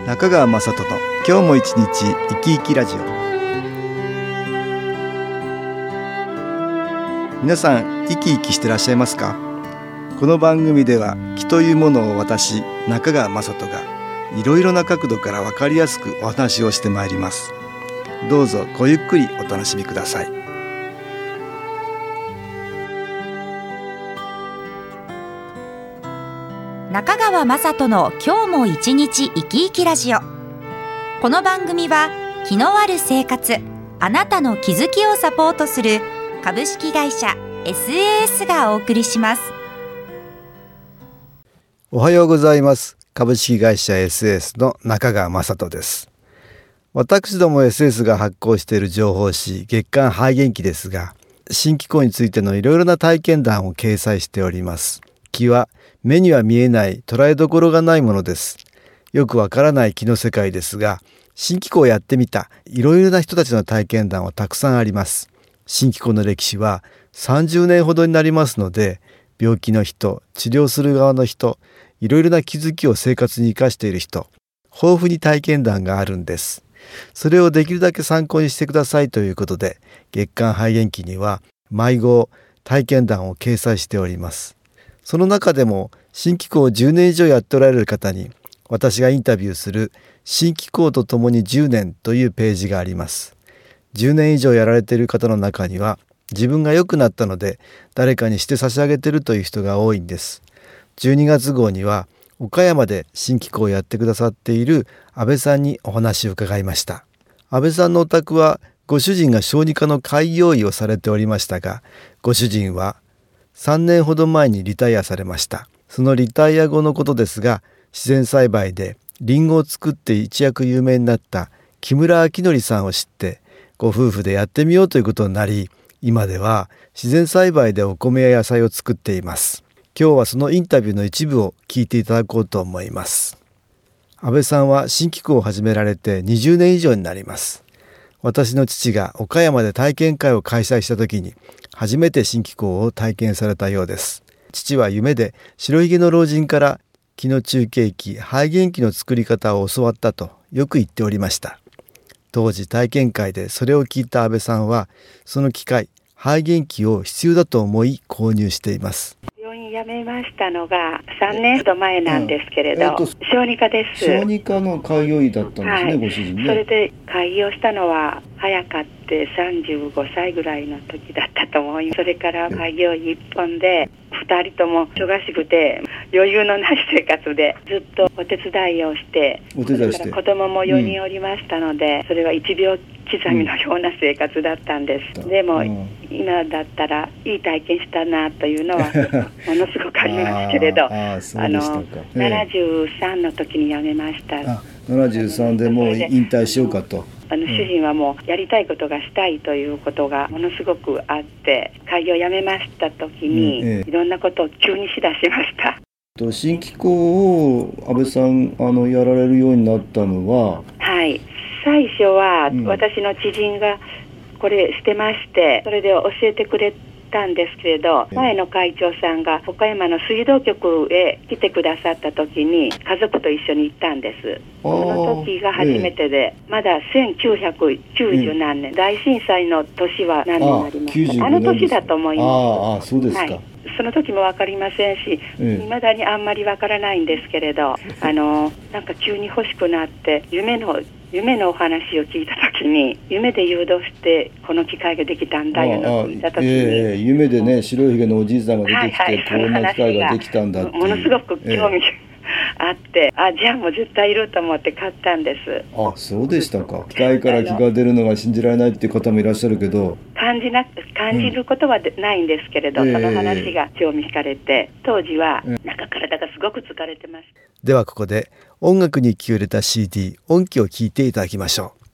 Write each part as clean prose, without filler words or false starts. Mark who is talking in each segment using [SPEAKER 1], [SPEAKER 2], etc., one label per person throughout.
[SPEAKER 1] 中川雅人の今日も一日生き生きラジオ。皆さん生き生きしてらっしゃいますか？この番組では気というものを私中川雅人がいろいろな角度から分かりやすくお話をしてまいります。どうぞごゆっくりお楽しみください。
[SPEAKER 2] 中川雅人の今日も一日生き生きラジオ。この番組は気のある生活、あなたの気づきをサポートする株式会社 SAS がお送りします。
[SPEAKER 1] おはようございます。株式会社 SAS の中川雅人です。私ども SAS が発行している情報誌月刊肺元気ですが、新気候についてのいろいろな体験談を掲載しております。気は目には見えない捉えどころがないものです。よくわからない気の世界ですが、新気候をやってみたいろいろな人たちの体験談はたくさんあります。新気候の歴史は30年ほどになりますので、病気の人、治療する側の人、いろいろな気づきを生活に生かしている人、豊富に体験談があるんです。それをできるだけ参考にしてくださいということで、月刊肺元気には毎号体験談を掲載しております。その中でも新気候を10年以上やっておられる方に私がインタビューする新気候とともに10年というページがあります。10年以上やられている方の中には、自分が良くなったので誰かにして差し上げているという人が多いんです。12月号には岡山で新気候をやってくださっている安倍さんにお話を伺いました。安倍さんのお宅はご主人が小児科の開業医をされておりましたが、ご主人は3年ほど前にリタイアされました。そのリタイア後のことですが、自然栽培でリンゴを作って一躍有名になった木村明則さんを知って、ご夫婦でやってみようということになり、今では自然栽培でお米や野菜を作っています。今日はそのインタビューの一部を聞いていただこうと思います。安倍さんは新気候を始められて20年以上になります。私の父が岡山で体験会を開催した時に初めて新気候を体験されたようです。父は夢で白ひげの老人から気の中継機肺元気の作り方を教わったとよく言っておりました。当時体験会でそれを聞いた安倍さんは、その機械肺元気を必要だと思い購入しています。
[SPEAKER 3] 病院辞めましたのが3年ほど前なんですけれど、小児科です。
[SPEAKER 1] 小児科の開業医だったんですね、ご主人ね。
[SPEAKER 3] それで開業したのは早かって35歳ぐらいの時だったと思います。それから開業医一本で2人とも忙しくて余裕のない生活でずっとお手伝いをして、それから子供も4人おりましたので、それは1秒刻みのような生活だったんです。でも今だったらいい体験したなというのはものすごくありますけれど、73の時に辞めました。
[SPEAKER 1] 73でもう引退しようかと。
[SPEAKER 3] 主人はもうやりたいことがしたいということがものすごくあって、開業を辞めました時にいろんなことを急にしだしました。
[SPEAKER 1] 新気候を安倍さんやられるようになったのは、
[SPEAKER 3] はい、最初は私の知人がこれしてまして、それで教えてくれたんですけれど、前の会長さんが岡山の水道局へ来てくださった時に家族と一緒に行ったんです。その時が初めてで、まだ1990何年、大震災の年は何年になりますか？あの年だと思います。
[SPEAKER 1] そうですか。はい、
[SPEAKER 3] その時も分かりませんし、未だにあんまり分からないんですけれど、なんか急に欲しくなって夢のお話を聞いた時に、夢で誘導してこの機械ができたんだよの聞いた時に、
[SPEAKER 1] 夢でね、白いひげのおじいさんが出てきて、こんな機械ができたんだっていう、
[SPEAKER 3] ものすごく興味あって、じゃあもう絶対いると思って買ったんです。
[SPEAKER 1] そうでしたか。機械から気が出るのが信じられないっていう方もいらっしゃるけど、
[SPEAKER 3] 感じることはないんですけれど、その話が興味惹かれて、当時はなんか体がすごく疲れてました。
[SPEAKER 1] ではここで音楽に気を入れた CD 音気を聴いていただきましょう。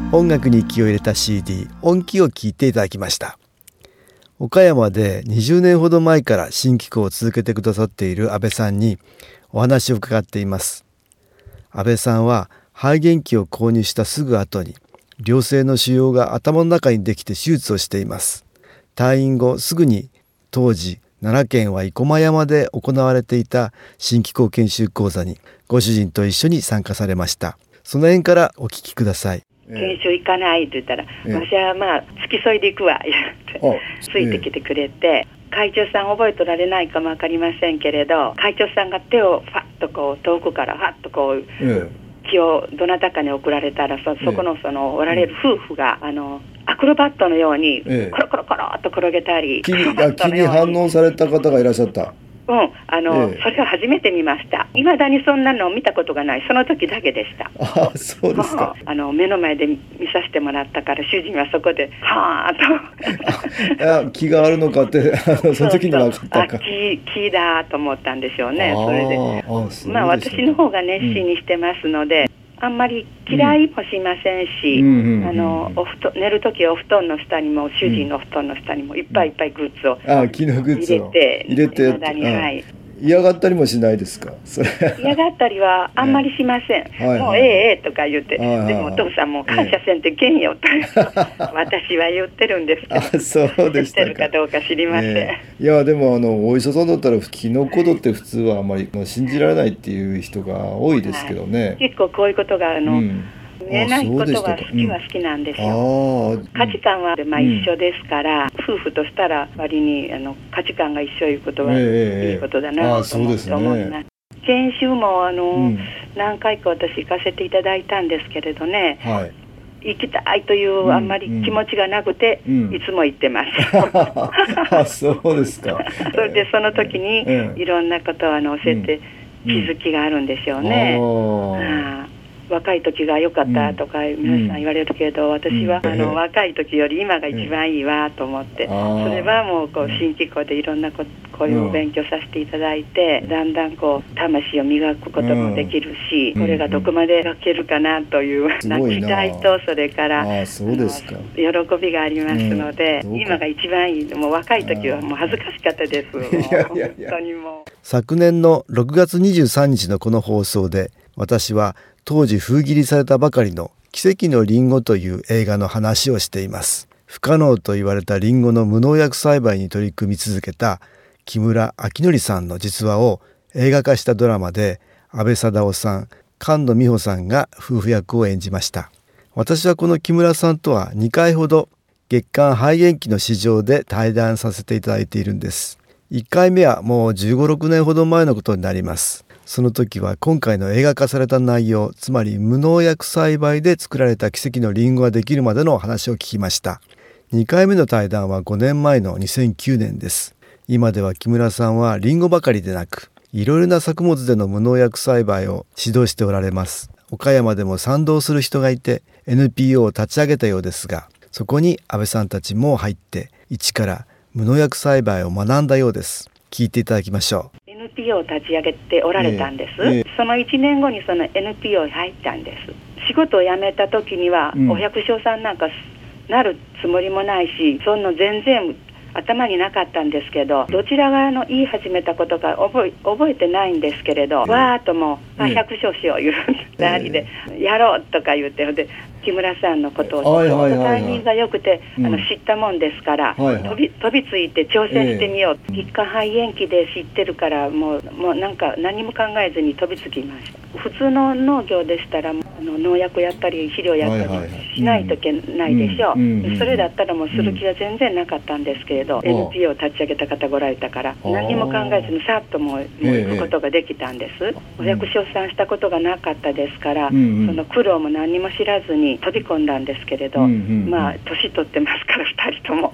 [SPEAKER 1] 音楽に気を入れた CD 音気を聴いていただきました。岡山で20年ほど前から新機構を続けてくださっている安倍さんにお話を伺っています。安倍さんは肺元気を購入したすぐ後に良性の腫瘍が頭の中にできて手術をしています。退院後すぐに当時奈良県は生駒山で行われていた新機構研修講座にご主人と一緒に参加されました。その辺からお聞きください。
[SPEAKER 3] 研修行かないって言ったら、私は付き添いで行くわってついてきてくれて、会長さん覚えとられないかも分かりませんけれど、会長さんが手をファッとこう遠くからファッとこう、気をどなたかに送られたら、そこのおられる夫婦がアクロバットのようにコロコロコロっと転げたり、
[SPEAKER 1] 気に反応された方がいらっしゃった。
[SPEAKER 3] それを初めて見ました。いまだにそんなのを見たことがない。その時だけでした。
[SPEAKER 1] あ、そうですか。
[SPEAKER 3] 目の前で見させてもらったから、主人はそこでは
[SPEAKER 1] ーっと気があるのかってその時に分かったか。
[SPEAKER 3] 気だと思ったんでしょうね。それで私の方が熱心にしてますので、あんまり嫌いもしませんし、寝るときお布団の下にも、主人のお布団の下にもいっぱいいっぱいグッズを
[SPEAKER 1] 木のグッズを入れて嫌がったりもしないですか？それ
[SPEAKER 3] 嫌がったりはあんまりしません。もうとか言って、でもお父さんも感謝せんといけんよと私は言ってるんですけど、
[SPEAKER 1] そうでしたか。
[SPEAKER 3] 知ってるかどうか知りません。
[SPEAKER 1] いやでもお医者さんだったらキノコドって普通はあまり信じられないっていう人が多いですけどね。
[SPEAKER 3] 結構こういうことが見えないことが好きなんですよ。価値観は一緒ですから、夫婦としたら割に価値観が一緒いうことはいいことだなと思います。研修も何回か私行かせていただいたんですけれどね、行きたいというあんまり気持ちがなくて、いつも行ってます。
[SPEAKER 1] そうですか。
[SPEAKER 3] それでその時にいろんなことを教えて気づきがあるんでしょうね。若い時が良かったとか皆さん言われるけど、私は若い時より今が一番いいわと思って、それはもう新機構でいろんなこういう勉強させていただいて、だんだん魂を磨くこともできるし、これがどこまで描けるかなという期待と、それから喜びがありますので、今が一番いい。もう若い時はもう恥ずかしかったです。本当にもう。
[SPEAKER 1] 昨年の6月23日のこの放送で、私は当時封切りされたばかりの奇跡のリンゴという映画の話をしています。不可能と言われたリンゴの無農薬栽培に取り組み続けた木村明則さんの実話を映画化したドラマで、安倍貞夫さん、菅野美穂さんが夫婦役を演じました。私はこの木村さんとは2回ほど月刊肺元気の市場で対談させていただいているんです。1回目はもう15、6年ほど前のことになります。その時は今回の映画化された内容、つまり無農薬栽培で作られた奇跡のリンゴができるまでの話を聞きました。2回目の対談は5年前の2009年です。今では木村さんはリンゴばかりでなく、いろいろな作物での無農薬栽培を指導しておられます。岡山でも賛同する人がいて NPO を立ち上げたようですが、そこに安倍さんたちも入って一から無農薬栽培を学んだようです。聞いていただきましょう。
[SPEAKER 3] NPO を立ち上げておられたんです。その1年後にその NPO に入ったんです。仕事を辞めた時には、お百姓さんなんかなるつもりもないし、そんな全然頭になかったんですけど、どちらが言い始めたことか覚えてないんですけれど、わーっともう百姓しよう言う2人でやろうとか言って、で木村さんのことをタイミングが良くて知ったもんですから、飛びついて挑戦してみよう、月刊肺元気で知ってるからもうなんか何も考えずに飛びつきました。普通の農業でしたら農薬やったり肥料やったりしないといけないでしょう。それだったらもうする気は全然なかったんですけれど、NPO を立ち上げた方ごられたから、何も考えずにさっともう行くことができたんです。お百姓さんしたことがなかったですから、その苦労も何も知らずに飛び込んだんですけれど、まあ年取ってますから2人とも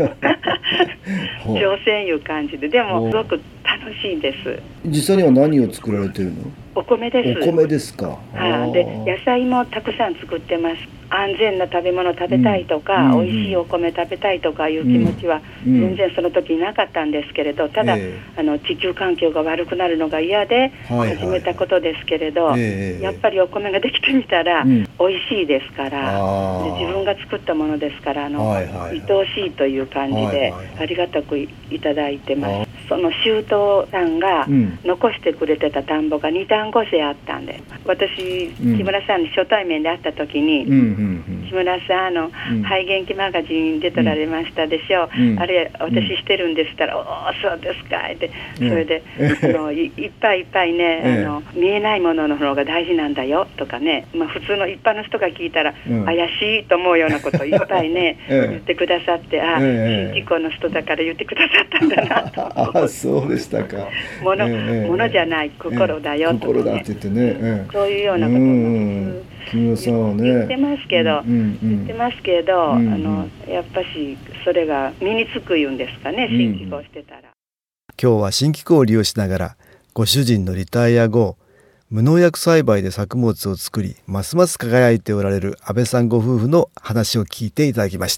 [SPEAKER 3] 挑戦いう感じで、でもすごく楽しいです。
[SPEAKER 1] 実際には何を作られてるの？
[SPEAKER 3] お米です。
[SPEAKER 1] お米ですか。
[SPEAKER 3] で野菜もたくさん作ってます。 安全な食べ物食べたいとか、美味しいお米食べたいとかいう気持ちは全然その時なかったんですけれど、ただ、地球環境が悪くなるのが嫌で始めたことですけれど、やっぱりお米ができてみたら、美味しいですから、で自分が作ったものですから、愛おしいという感じで、ありがたくいただいてます。その舅さんが残してくれてた田んぼが2反5世あったんで、私、木村さんに初対面で会った時に、木村さん肺元気マガジン出てられましたでしょ、あれ私してるんですったら、おおそうですかって、それでいっぱいいっぱいね、見えないものの方が大事なんだよとかね、普通の一般の人が聞いたら、怪しいと思うようなことをいっぱいね、言ってくださって、新機構の人だから言ってくださったんだなと。
[SPEAKER 1] そうでしたか。
[SPEAKER 3] ものじゃない心だよとか、
[SPEAKER 1] 心だって言ってね、
[SPEAKER 3] そういうようなことも
[SPEAKER 1] 木村さんはね
[SPEAKER 3] 言ってますけど、やっぱしそれが身につくいうんですかね、新機構してたら。
[SPEAKER 1] 今日は新機構を利用しながら、ご主人のリタイア後、無農薬栽培で作物を作り、ますます輝いておられる安倍さんご夫婦の話を聞いていただきました。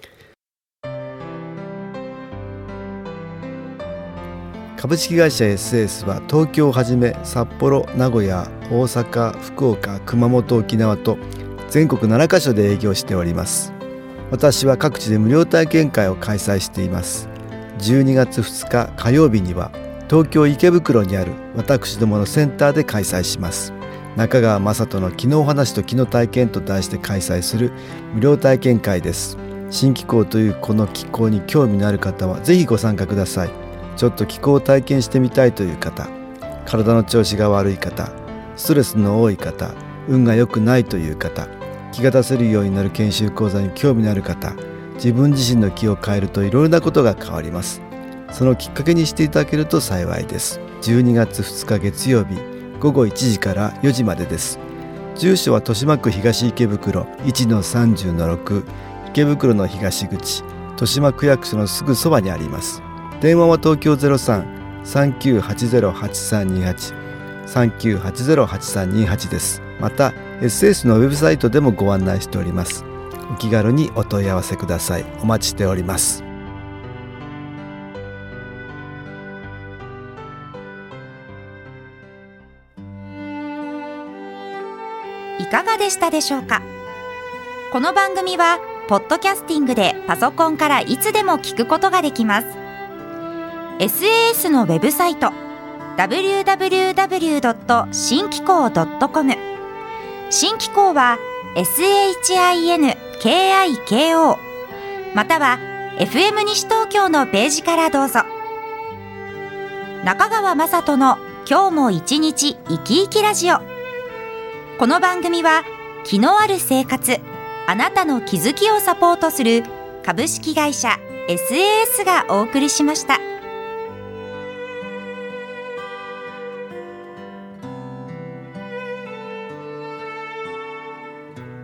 [SPEAKER 1] 株式会社 SS は東京をはじめ札幌、名古屋、大阪、福岡、熊本、沖縄と全国7カ所で営業しております。私は各地で無料体験会を開催しています。12月2日火曜日には東京池袋にある私どものセンターで開催します。中川雅人の気のお話と気の体験と題して開催する無料体験会です。新気候というこの気候に興味のある方はぜひご参加ください。ちょっと気候を体験してみたいという方、体の調子が悪い方、ストレスの多い方、運が良くないという方、気が出せるようになる研修講座に興味のある方、自分自身の気を変えるといろいろなことが変わります。そのきっかけにしていただけると幸いです。12月2日月曜日午後1時から4時までです。住所は豊島区東池袋 1-30-6 池袋の東口、豊島区役所のすぐそばにあります。電話は東京 03-3980-8328 3980-8328 です。また SS のウェブサイトでもご案内しております。お気軽にお問い合わせください。お待ちしております。
[SPEAKER 2] いかがでしたでしょうか。この番組はポッドキャスティングでパソコンからいつでも聞くことができます。SAS のウェブサイト www.新機構.com、 新機構は SHINKIKO または FM 西東京のページからどうぞ。中川雅人の今日も一日生き生きラジオ。この番組は気のある生活、あなたの気づきをサポートする株式会社 SAS がお送りしました。